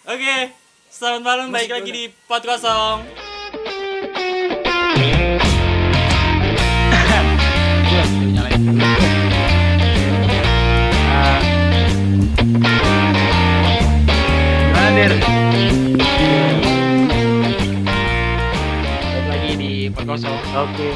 Oke, selamat malam, balik lagi di Pot Kosong. Gimana Dir? Balik lagi di Pot Kosong. Oke.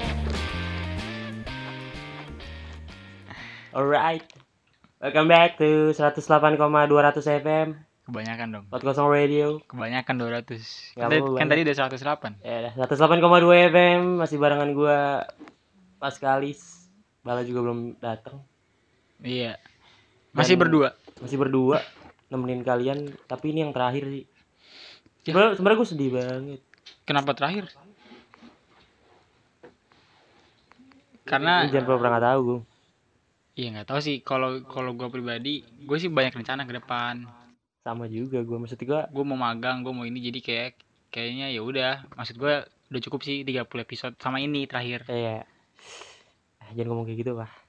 Alright. Welcome back to 108,200 FM Kebanyakan dong. Pot Kosong Radio. Kebanyakan 200. Nggak Kan, apa-apa, kan banyak. tadi udah 108. Ya, 108,2 FM masih barengan gua Paskalis. Bala juga belum datang. Iya. Masih Dan berdua. Masih berdua nemenin kalian, tapi ini yang terakhir sih. Ya. Sebenarnya gue sedih banget. Kenapa terakhir? Karena Jangan pernah nggak tahu gue. iya nggak tahu sih. Kalau gue pribadi, gue sih banyak rencana ke depan. Sama juga gue, maksud gue. Gue mau magang, gue mau ini, jadi kayaknya ya udah. Maksud gue udah cukup sih 30 episode sama ini terakhir. Kayak jangan ngomong kayak gitu, Pak.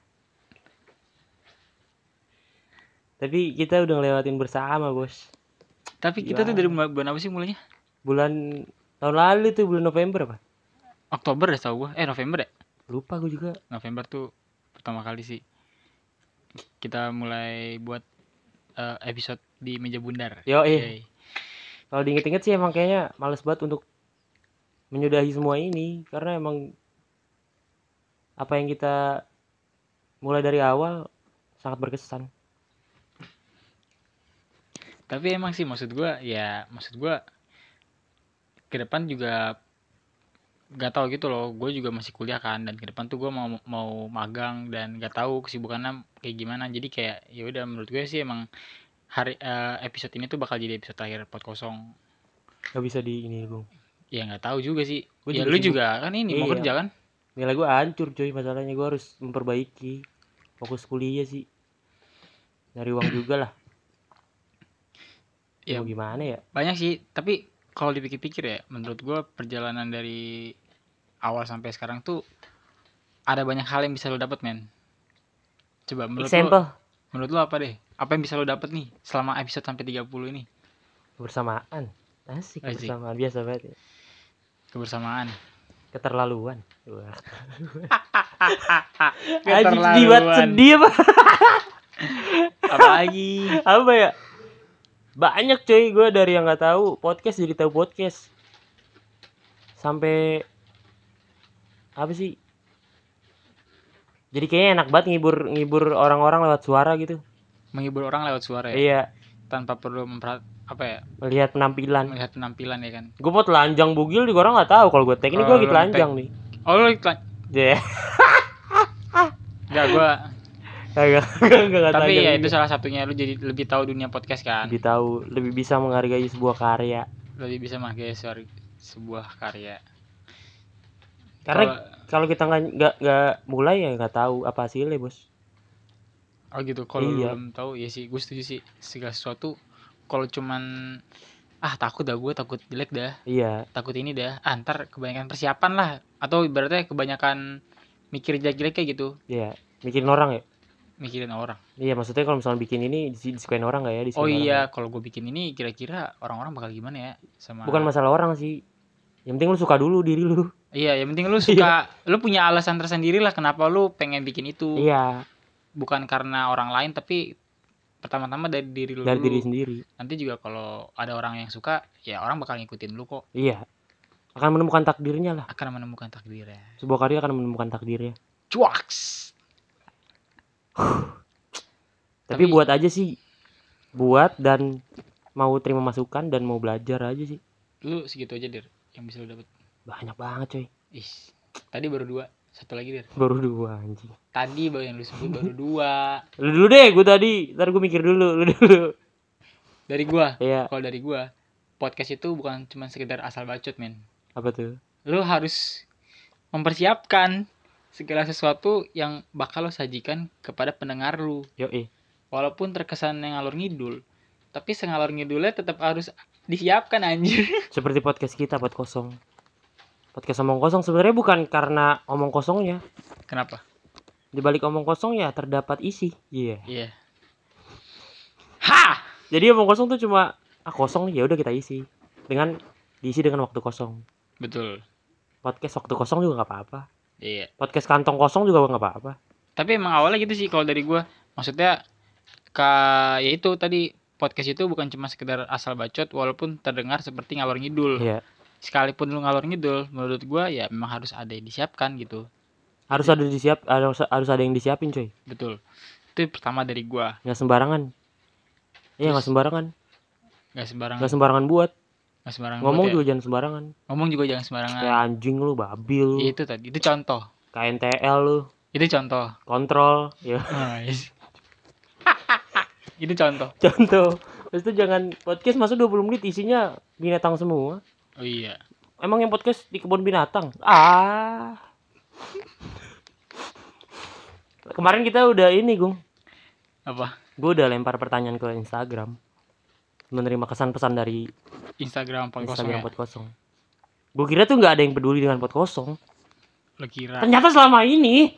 Tapi kita udah ngelewatin bersama, Bos. Tapi kita tuh dari bulan apa sih mulainya? Bulan tahun lalu tuh, bulan November apa? Oktober ya tau gue. November ya? Lupa gue juga. November tuh pertama kali sih kita mulai buat episode di meja bundar. Yo, Yoi. Kalau diinget-inget sih emang kayaknya males banget untuk menyudahi semua ini, karena emang apa yang kita mulai dari awal sangat berkesan. Tapi emang sih maksud gue ke depan juga gak tahu gitu loh. Gue juga masih kuliah kan, dan ke depan tuh gue mau magang dan gak tahu kesibukannya kayak gimana. Jadi kayak ya udah, menurut gue sih emang episode ini tuh bakal jadi episode terakhir Pot Kosong. Gak bisa di ini, Bung. Ya nggak tahu juga sih. Gua Ya juga lu sibuk. juga kan ini mau Iya. kerja kan? Nilai gue hancur coy, masalahnya gue harus memperbaiki. Fokus kuliah sih. Nyari uang juga lah. Ya Mau gimana ya? banyak sih, tapi kalau dipikir-pikir ya, menurut gue perjalanan dari awal sampai sekarang tuh ada banyak hal yang bisa lo dapat, men. Coba menurut lo apa deh? Apa yang bisa lo dapat nih selama episode sampai 30 ini? Kebersamaan. Asik. Asik. Kebersamaan biasa banget ya. Kebersamaan. Keterlaluan. Wah. Keterlaluan. Sedih apa? Apa lagi? Apa ya? Banyak coy, gue dari yang nggak tahu podcast jadi tahu podcast. Sampai apa sih? Jadi kayaknya enak banget ngibur orang-orang lewat suara gitu. Menghibur orang lewat suara ya. Iya, Tanpa perlu melihat penampilan. melihat penampilan ya kan. Gue mau telanjang bugil juga orang nggak tahu kalau gue tag ini, gue lagi telanjang nih. Oh lu iklan. Deh. Enggak, gue Kagak tapi ya telanjang itu juga. salah satunya, lu jadi lebih tahu dunia podcast kan. Lebih tahu, lebih bisa menghargai sebuah karya. Lebih bisa menghargai sebuah karya. Karena kalau kita nggak mulai ya nggak tahu apa hasilnya, Bos. Oh gitu, kalau lu Iya. belum tahu ya sih, gue setuju sih. Segala sesuatu kalau cuman takut dah, gue takut jelek dah, Iya. takut ini dah, ntar kebanyakan persiapan lah, atau ibaratnya kebanyakan mikir jelek-jelek kayak gitu, Iya, mikirin orang ya. mikirin orang. Iya, maksudnya kalau misalnya bikin ini disukain orang nggak ya? Oh Disukain iya, orang kalau gue bikin ini kira-kira orang-orang bakal gimana ya sama. nggak? Bukan masalah orang sih. Yang penting lu suka dulu diri lu. Iya, yang penting lu suka, lu punya alasan tersendiri lah kenapa lu pengen bikin itu. Iya, Bukan karena orang lain, tapi pertama-tama dari diri lu dari dulu. diri sendiri. Nanti juga kalau ada orang yang suka, ya orang bakal ngikutin lu kok. Iya. Akan menemukan takdirnya lah. Akan menemukan takdirnya. Sebuah karya akan menemukan takdirnya. Cuaks. Tapi buat aja sih. Buat dan mau terima masukan dan mau belajar aja sih. Lu segitu aja, Dir, yang bisa lu dapat. Banyak banget coy. Ih, tadi baru 2. Satu lagi, Dir. Baru 2 anjing. Tadi baru yang lu sebut baru 2. Lu dulu deh, gue tadi. Ntar gue mikir dulu, lu dulu. Dari gua. Iya. Kalau dari gua, podcast itu bukan cuma sekedar asal bacot, men. Apa tuh? Lu harus mempersiapkan segala sesuatu yang bakal lo sajikan kepada pendengar lu. Yoi. Walaupun terkesan yang ngalor ngidul, tapi sengalor ngidulnya tetap harus disiapkan, anjir. Seperti podcast kita, Pot Kosong. Podcast omong kosong sebenarnya bukan karena omong kosongnya. Kenapa? Di balik omong kosong ya terdapat isi. Iya. Iya. Ha! Jadi omong kosong tuh cuma kosong nih, ya udah kita isi diisi dengan waktu kosong. Betul. Podcast waktu kosong juga nggak apa-apa. Iya. Podcast kantong kosong juga nggak apa-apa. Tapi emang awalnya gitu sih kalau dari gua. Maksudnya ya itu tadi, podcast itu bukan cuma sekedar asal bacot walaupun terdengar seperti ngalor ngidul. Iya. Sekalipun lu ngalor ngidul, menurut gua ya memang harus ada yang disiapkan gitu. Harus ada yang disiapin, coy. Betul. Itu pertama dari gua. Nggak sembarangan. Iya, nggak sembarangan. Nggak sembarangan buat. Nggak sembarangan Ngomong buat, juga ya. jangan sembarangan. Ngomong juga jangan sembarangan. Kayak anjing lu, babi lu. Itu tadi, itu contoh. KNTL lu. Itu contoh. Kontrol, ya. Nice. Itu contoh. Terus itu jangan podcast masuk 20 menit isinya binatang semua. Oh iya. Emang yang podcast di kebun binatang? Kemarin kita udah ini, Gung. Apa? Gue udah lempar pertanyaan ke Instagram. Menerima kesan-pesan dari Instagram pot kosong. Instagram pot kosong. Gue kira tuh nggak ada yang peduli dengan pot kosong. Lo kira? Ternyata selama ini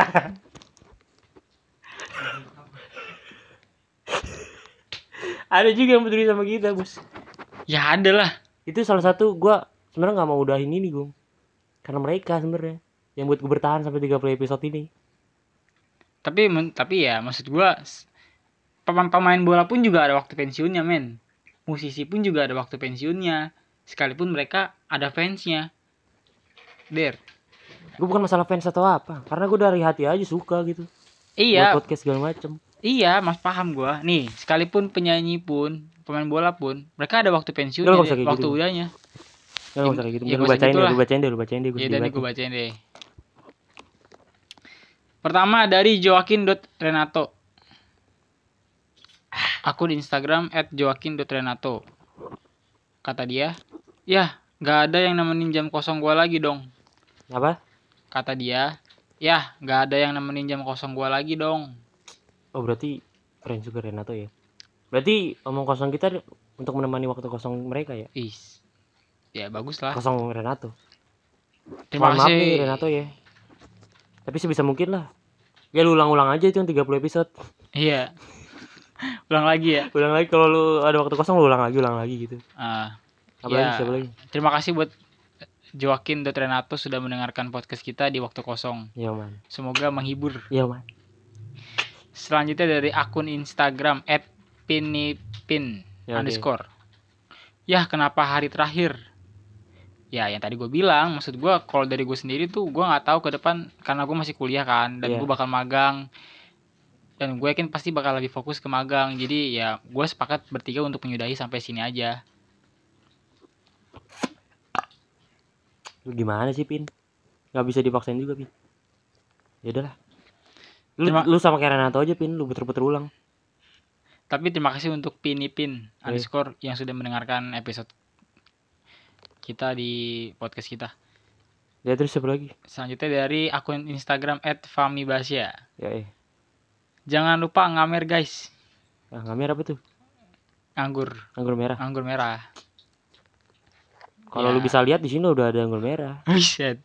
ada juga yang peduli sama kita, bos. Ya ada lah. Itu salah satu gue sebenarnya nggak mau udahin ini, Gung. Karena mereka sebenarnya yang buat gue bertahan sampai 30 episode ini. Tapi ya maksud gua, pemain bola pun juga ada waktu pensiunnya, men. Musisi pun juga ada waktu pensiunnya, sekalipun mereka ada fansnya. Gue bukan masalah fans atau apa, karena gue dari hati aja suka gitu. Iya. Buat podcast segala macem. Iya, mas paham gua. Nih, sekalipun penyanyi pun, pemain bola pun, mereka ada waktu pensiunnya, waktu gitu. udahnya. Gak usah kayak gitu. Lu bacain deh. Iya, dan gue bacain deh. Pertama dari Joaquin.Renato. Akun Instagram @joaquin.renato. Kata dia, "Yah, gak ada yang nemenin jam kosong gua lagi dong." Apa? Kata dia, "Yah, gak ada yang nemenin jam kosong gua lagi dong." Oh, berarti keren juga Renato ya. Berarti omong kosong kita untuk menemani waktu kosong mereka ya. Ya bagus lah. Kosong Renato. Terima kasih. Maaf nih Renato ya. Tapi sebisa mungkin lah. Ya lu ulang-ulang aja itu yang 30 episode. Iya. Ulang lagi ya. Ulang lagi kalau lu ada waktu kosong lu ulang lagi gitu. Siapa lagi? Terima kasih buat Joaquin.Renato sudah mendengarkan podcast kita di waktu kosong. Iya, man. Semoga menghibur. Iya, man. Selanjutnya dari akun Instagram @pinipin_. Yah, kenapa hari terakhir? Ya, yang tadi gue bilang, maksud gue kalau dari gue sendiri tuh gue nggak tahu ke depan, karena gue masih kuliah kan, dan gue bakal magang, dan gue yakin pasti bakal lebih fokus ke magang. Jadi ya gue sepakat bertiga untuk menyudahi sampai sini aja. Lu gimana sih, Pin? Gak bisa dipaksain juga, Pin. Ya udahlah. Lu sama kayak Renato aja, Pin. Lu puter-puter ulang. Tapi terima kasih untuk pinipin_ yang sudah mendengarkan episode kita di podcast kita. Ya, terus siapa lagi? Selanjutnya dari akun Instagram @famibasya. Ya. Jangan lupa ngamer, guys. Ngamer apa tuh? Anggur merah. Kalau lu bisa lihat di sini udah ada anggur merah. Buset.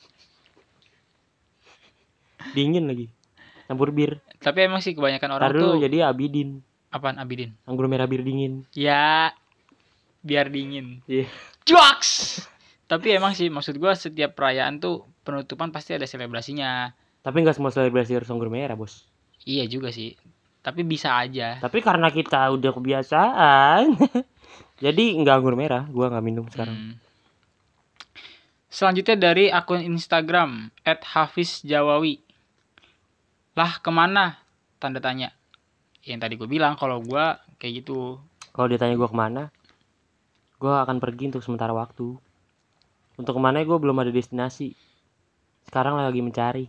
Dingin lagi. Campur bir. Tapi emang sih kebanyakan orang tuh jadi Abidin. Apaan Abidin? Anggur merah bir dingin. Ya, biar dingin. Iya. Jokes. Tapi emang sih maksud gue setiap perayaan tuh penutupan pasti ada selebrasinya. Tapi nggak semua selebrasi harus anggur merah, bos. Iya juga sih. Tapi bisa aja. Tapi karena kita udah kebiasaan, jadi nggak anggur merah. Gua nggak minum sekarang. Selanjutnya dari akun Instagram @hafizjawawi. Lah kemana? Tanda tanya. Yang tadi gue bilang kalau gue kayak gitu. Kalau dia tanya gue kemana, gue akan pergi untuk sementara waktu. Untuk kemana gue belum ada destinasi. Sekarang lagi mencari.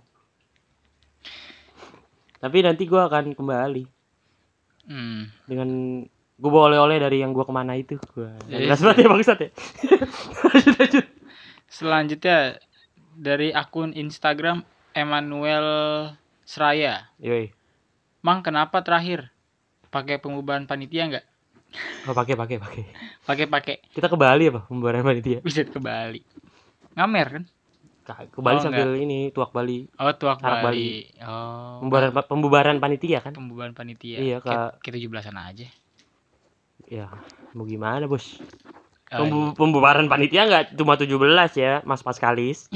Tapi nanti gue akan kembali. Dengan gue bawa oleh-oleh dari yang gue kemana itu. Jelas banget ya, bangsat ya. Selanjutnya dari akun Instagram Emmanuel Seraya. Yoi. Mang, kenapa terakhir? Pakai pembubaran panitia nggak? Oh, pakai. Pakai. Kita ke Bali apa pembubaran panitia? Bisa ke Bali. Ngamer kan? Ke Bali sambil ini tuak Bali. Oh, tuak Bali. Oh. Pembubaran panitia kan? Pembubaran panitia. Iya, kayak 17-an aja. Ya mau gimana bos, Oh, iya. pembubaran panitia nggak cuma 17 ya mas kalis.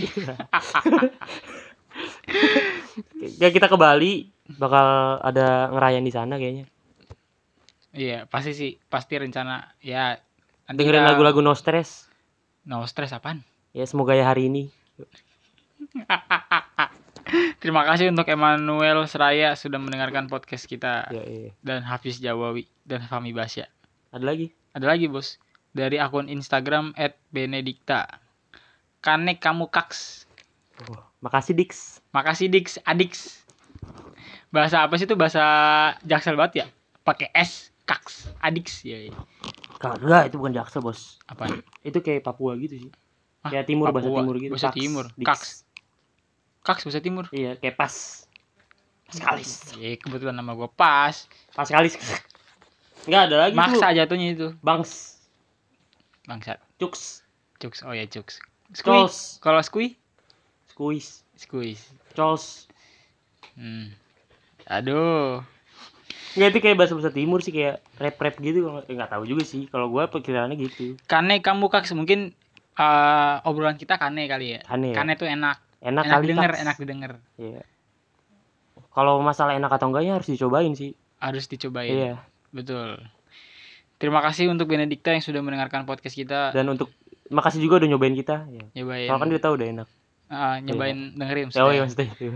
Ya kita ke Bali bakal ada ngerayain di sana kayaknya. Iya, pasti sih, pasti rencana ya nanti Dengerin kita lagu-lagu No Stress. no stress apaan? Ya semoga ya hari ini. Terima kasih untuk Emmanuel Seraya sudah mendengarkan podcast kita Ya, iya. dan Hafiz Jawawi dan Fahmi Basya. Ada lagi? Ada lagi bos, dari akun Instagram @benedikta. Kanek kamu kaks. Oh, makasih Dix. Makasih Dix, Adix. Bahasa apa sih itu, bahasa Jaksel banget ya? Pakai S, kaks, Adix ya. Ya. Kagak, itu bukan Jaksel bos. Apaan? Itu kayak Papua gitu sih. Ah, Ya timur, Papua. bahasa timur gitu. Bahasa Kaks, timur. Dix. Kaks. Kaks bahasa timur. Iya, kayak pas. Paskalis. Kebetulan nama gue pas. Paskalis. Enggak ada lagi Maksa tuh. jatuhnya itu. Bangs. Bangsat. Cuks. Cuks. Oh ya cuks. Cols. Kalau squeeze? Squeeze. Squeeze. Cols. Aduh. Enggak, itu kayak bahasa timur sih, kayak rap gitu. Enggak tahu juga sih. Kalau gua perkiraannya gitu. Kane kamu kaks, mungkin obrolan kita kane kali ya. Kane. Kane tuh enak. Enak didengar. Iya. Kalau masalah enak atau enggaknya harus dicobain sih. Harus dicobain. Iya. Betul. Terima kasih untuk Benedikta yang sudah mendengarkan podcast kita. Dan untuk makasih juga udah nyobain kita. Ya. Nyobain. Soalnya kan dia tahu udah enak. Nyobain iya. dengerin. Oh iya maksudnya itu.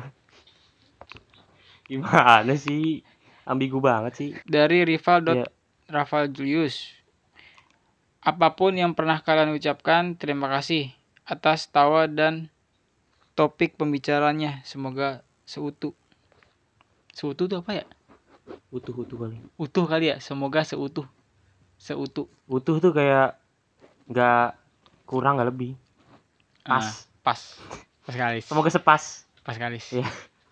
Gimana sih? Ambigu banget sih. Dari Rival. Iya. Rafael Julius. Apapun yang pernah kalian ucapkan, terima kasih atas tawa dan topik pembicaranya. Semoga seutuh. Seutuh itu apa ya? Utuh kali. Utuh kali ya. Semoga seutuh. Utuh tuh kayak nggak kurang nggak lebih. Pas. Pas kalis. Semoga sepas. Pas kalis. Iya.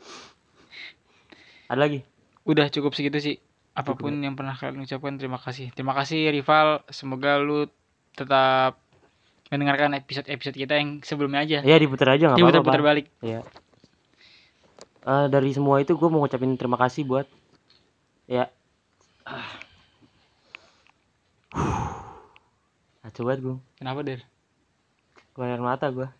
Ada lagi? Udah cukup segitu sih. Apapun yang pernah kalian ucapkan, terima kasih. Terima kasih Rival. Semoga lu tetap mendengarkan episode kita yang sebelumnya aja. Iya, diputar aja nggak apa-apa. Diputar balik. Iya. Dari semua itu gue mau ngucapin terima kasih buat ya. Coba gue. Kenapa Der? Keluar air mata gue.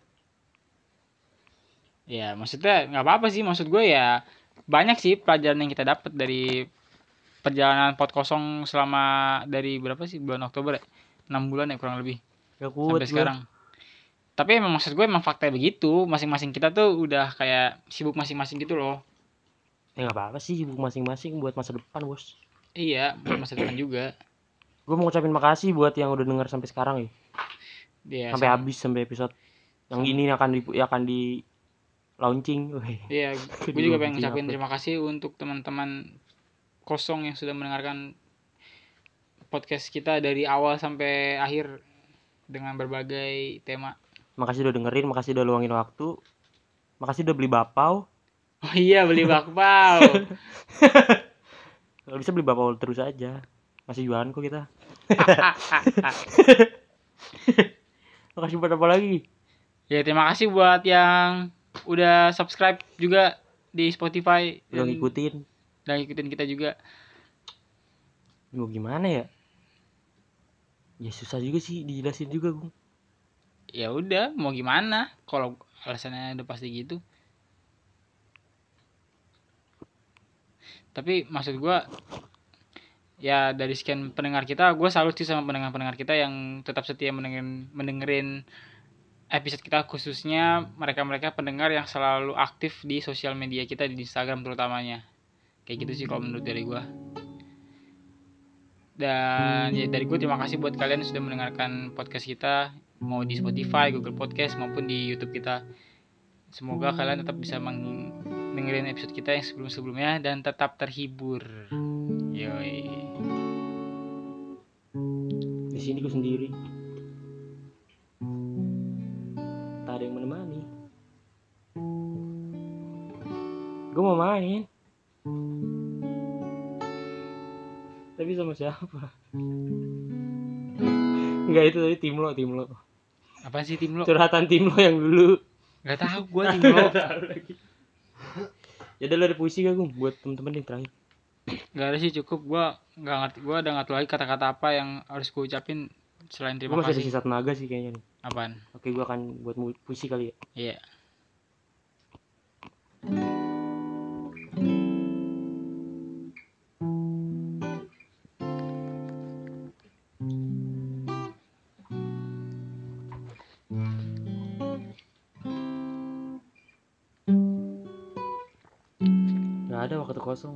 Ya maksudnya nggak apa-apa sih. Maksud gue ya banyak sih pelajaran yang kita dapat dari perjalanan pot kosong selama dari berapa sih, bulan Oktober ya? 6 bulan ya kurang lebih. Gak kuat sampai sekarang. Tapi emang maksud gue emang fakta begitu. Masing-masing kita tuh udah kayak sibuk masing-masing gitu loh. Ya nggak apa-apa sih, sibuk masing-masing buat masa depan bos. Iya, buat masa depan juga. Gue mau ngucapin makasih buat yang udah denger sampai sekarang ya. Iya, sampai habis, sampai episode yang ini akan di launching. Iya, gue juga pengen ngucapin terima kasih untuk teman-teman kosong yang sudah mendengarkan podcast kita dari awal sampai akhir dengan berbagai tema. Makasih udah dengerin, makasih udah luangin waktu, makasih udah beli bapau. Oh iya, beli bakpao. Kalau bisa beli bapau terus aja, masih jualan kok kita. Makasih buat apa lagi? Ya terima kasih buat yang udah subscribe juga di Spotify. Udah ngikutin. Dan ngikutin kita juga. Mau gimana ya? Ya susah juga sih dijelasin juga, Bung. Ya udah, mau gimana? Kalau alasannya udah pasti gitu. Tapi maksud gue, ya dari sekian pendengar kita, gue salut sih sama pendengar-pendengar kita yang tetap setia mendengerin episode kita, khususnya mereka-mereka pendengar yang selalu aktif di sosial media kita, di Instagram terutamanya. Kayak gitu sih kalau menurut dari gue. Dan ya dari gue terima kasih buat kalian yang sudah mendengarkan podcast kita, mau di Spotify, Google Podcast maupun di YouTube kita. Semoga kalian tetap bisa dengerin episode kita yang sebelum-sebelumnya dan tetap terhibur. Yoi. Di sini gue sendiri. Tak ada yang menemani. Gue mau main. Tapi sama siapa? Enggak, itu tadi tim lo. Apa sih tim lo? Curhatan tim lo yang dulu. Gak tahu gue tim lo. Ya udah, ada puisi gak gue buat temen-temen yang terakhir? Gak ada sih, cukup. Gua nggak ngerti, gua udah nggak tahu lagi kata-kata apa yang harus gua ucapin selain Gue terima masih ada kasih. sisa tenaga sih kayaknya nih. Apaan? Oke, gue akan buat puisi kali ya. Iya. Gak ada waktu kosong.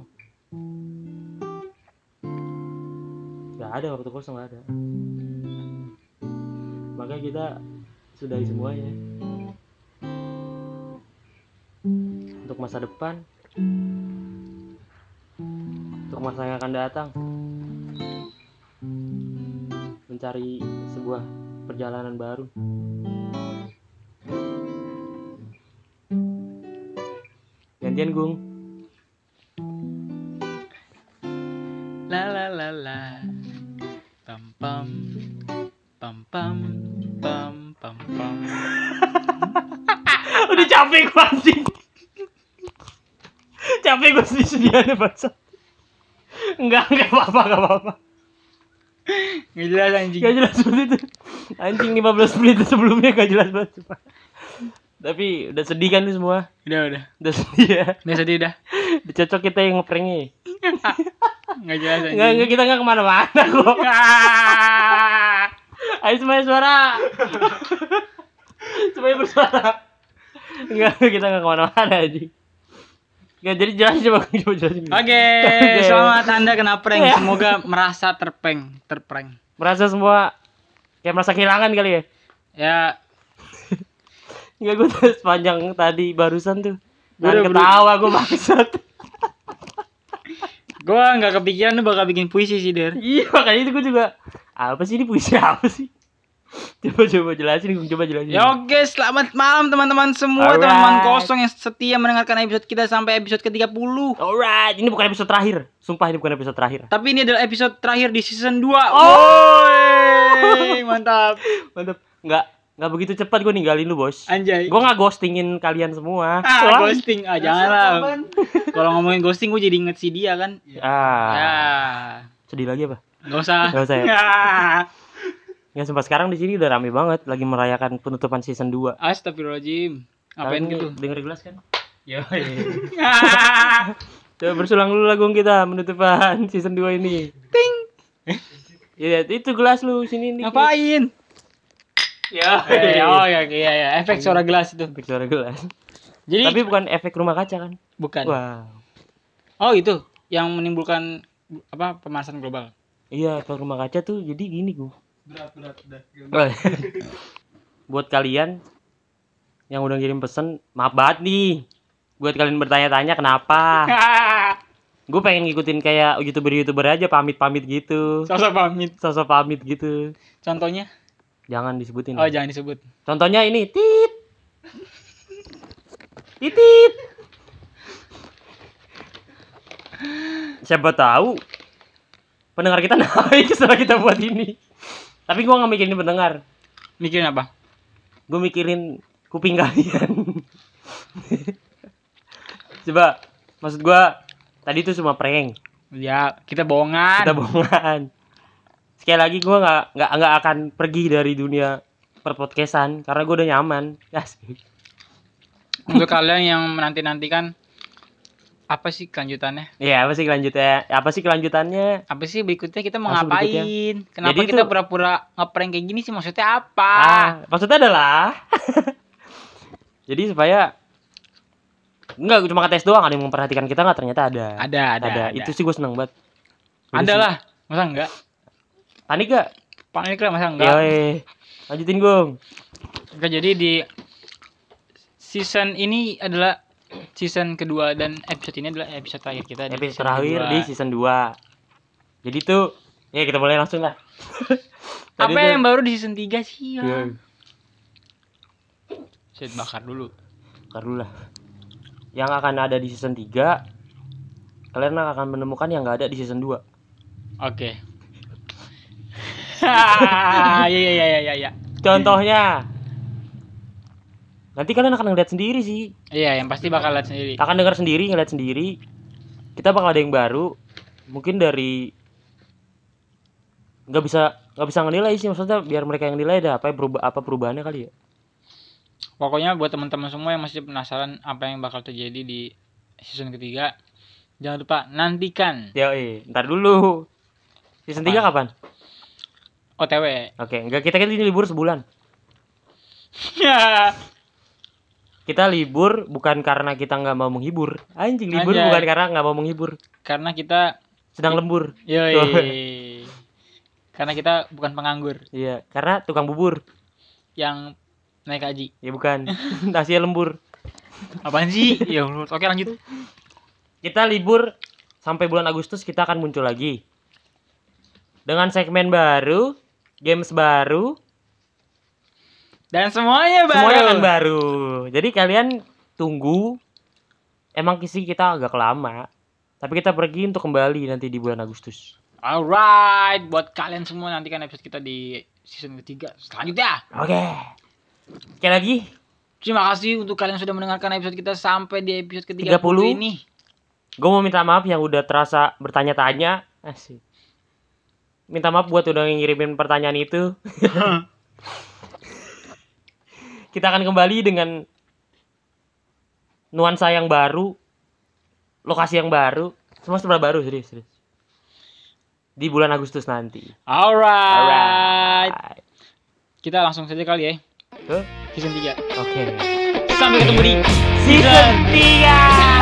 Gak ada waktu kosong, gak ada. Makanya kita sudahi semuanya. Untuk masa depan, untuk masa yang akan datang, mencari sebuah perjalanan baru. Gantian Gung. La la la la. Pam pam pam pam pam pam pam. Udah capek gue anjing. Capek gue sedih-sedihannya bangsa. Enggak apa-apa. Nggak jelas anjing. Gak jelas banget itu. Anjing 15 menit sebelumnya gak jelas banget. Tapi udah sedih kan lu semua? Udah. Udah sedih ya? Udah sedih dah. Udah cocok kita yang ngepranknya. Nggak jelas anjing. Enggak, kita gak kemana-mana kok. Ayo semuanya suara. Semuanya bersuara. Enggak, kita gak kemana-mana anjing. Enggak, jadi jelasin coba jelasin. Oke, selamat Anda kena prank. Semoga merasa terprank. Merasa semua kayak merasa kehilangan kali ya? Ya, Enggak, gue tuh sepanjang tadi barusan tuh Udah, ketawa gue maksud. gua nggak kepikiran lu bakal bikin puisi sih, Der. Iya, makanya itu gue juga apa sih ini puisi apa sih? Coba jelasin, coba jelasin. Ya oke, selamat malam teman-teman semua. Alright. Teman-teman kosong yang setia mendengarkan episode kita sampai episode ke-30. Alright, ini bukan episode terakhir. Sumpah ini bukan episode terakhir. Tapi ini adalah episode terakhir di season 2. Oh. Woi, mantap. Mantap. Enggak begitu cepat gue ninggalin lu, Bos. Anjay. Gue enggak ghostingin kalian semua. Ghosting. Janganlah. Kalau ngomongin ghosting gue jadi inget si dia kan. Ya. Sedih lagi apa? Enggak usah. Nggak usah ya? Ya sumpah sekarang di sini udah rame banget lagi merayakan penutupan season 2. Astagfirullahaladzim. Ngapain Kalian gitu? Denger gelas kan? Yo. Coba bersulang dulu lagu kita penutupan season 2 ini. Ting. Ya itu gelas lu sini nih. Ngapain? Ya. Oh ya, efek suara gelas itu. Efek suara gelas. Jadi Tapi bukan efek rumah kaca kan? bukan. Wow. Oh, itu yang menimbulkan apa? Pemanasan global. Iya, efek rumah kaca tuh jadi gini gua. Berat. Buat kalian yang udah ngirim pesen, maaf banget nih. Buat kalian bertanya-tanya kenapa? Gue pengen ngikutin kayak YouTuber aja pamit gitu. Sosok pamit gitu. Contohnya? Jangan disebutin. Oh, jangan disebut. Contohnya ini, titit. Siapa tahu pendengar kita naik setelah kita buat ini. Tapi gue nggak mikirin pendengar. Mikirin apa? Gue mikirin kuping kalian. Coba, maksud gue tadi itu cuma prank. Ya, kita bohongan. Sekali lagi gue nggak akan pergi dari dunia perpodcastan karena gue udah nyaman. Asik. Untuk kalian yang menanti-nantikan apa sih kelanjutannya? Iya, apa sih kelanjutannya? Apa sih berikutnya kita mau Langsung ngapain? Kenapa Jadi kita itu- pura-pura ngeprank kayak gini sih? Maksudnya apa? Maksudnya adalah jadi supaya enggak cuma ngetes doang, ada yang memperhatikan kita nggak? Ternyata ada. Ada. Itu sih gue seneng banget. Ada lah. Masa enggak? Panik gak? Panik lah, masa enggak? Yoi. Lanjutin Gung. Oke, jadi di season ini adalah season kedua dan episode ini adalah episode terakhir kita di Episode season terakhir kedua. di season 2. Jadi tuh ya kita mulai langsung lah. Tadi Apa tuh- yang baru di season 3 sih? Iya. Set bakar dulu. Bentar dulu lah. Yang akan ada di season 3 kalian akan menemukan yang nggak ada di season 2. Oke. Iya. Contohnya nanti kalian akan ngeliat sendiri sih. Iya, yang pasti bakal lihat sendiri. Akan dengar sendiri, ngeliat sendiri. Kita bakal ada yang baru. mungkin dari nggak bisa ngenilai sih, maksudnya biar mereka yang nilai dah apa perubahannya kali ya. Pokoknya buat teman-teman semua yang masih penasaran apa yang bakal terjadi di season ketiga, jangan lupa nantikan. Ntar dulu. Season 3 kapan? OTW. Oke, enggak, kita kan ini libur sebulan. Kita libur bukan karena kita nggak mau menghibur. Anjing, libur bukan karena nggak mau menghibur. Karena kita sedang lembur. Yoi. Karena kita bukan penganggur. Iya, karena tukang bubur yang naik haji. Ya bukan. Nasinya lembur. Apaan sih? Ya, oke lanjut. Kita libur sampai bulan Agustus, kita akan muncul lagi dengan segmen baru, games baru, dan semuanya baru. Semuanya kan baru. Jadi kalian tunggu. Emang kisi kita agak lama, tapi kita pergi untuk kembali nanti di bulan Agustus. Alright, buat kalian semua nantikan episode kita di season ketiga selanjutnya. Oke. Sekali lagi, terima kasih untuk kalian sudah mendengarkan episode kita sampai di episode ke-30 ini. Gue mau minta maaf yang udah terasa bertanya-tanya. Asik. Minta maaf buat udah ngirimin pertanyaan itu. Kita akan kembali dengan nuansa yang baru, lokasi yang baru, semua serba baru, serius. Di bulan Agustus nanti. Alright. Kita langsung saja kali ya. Season 3. Oke. Sampai ketemu di season 3.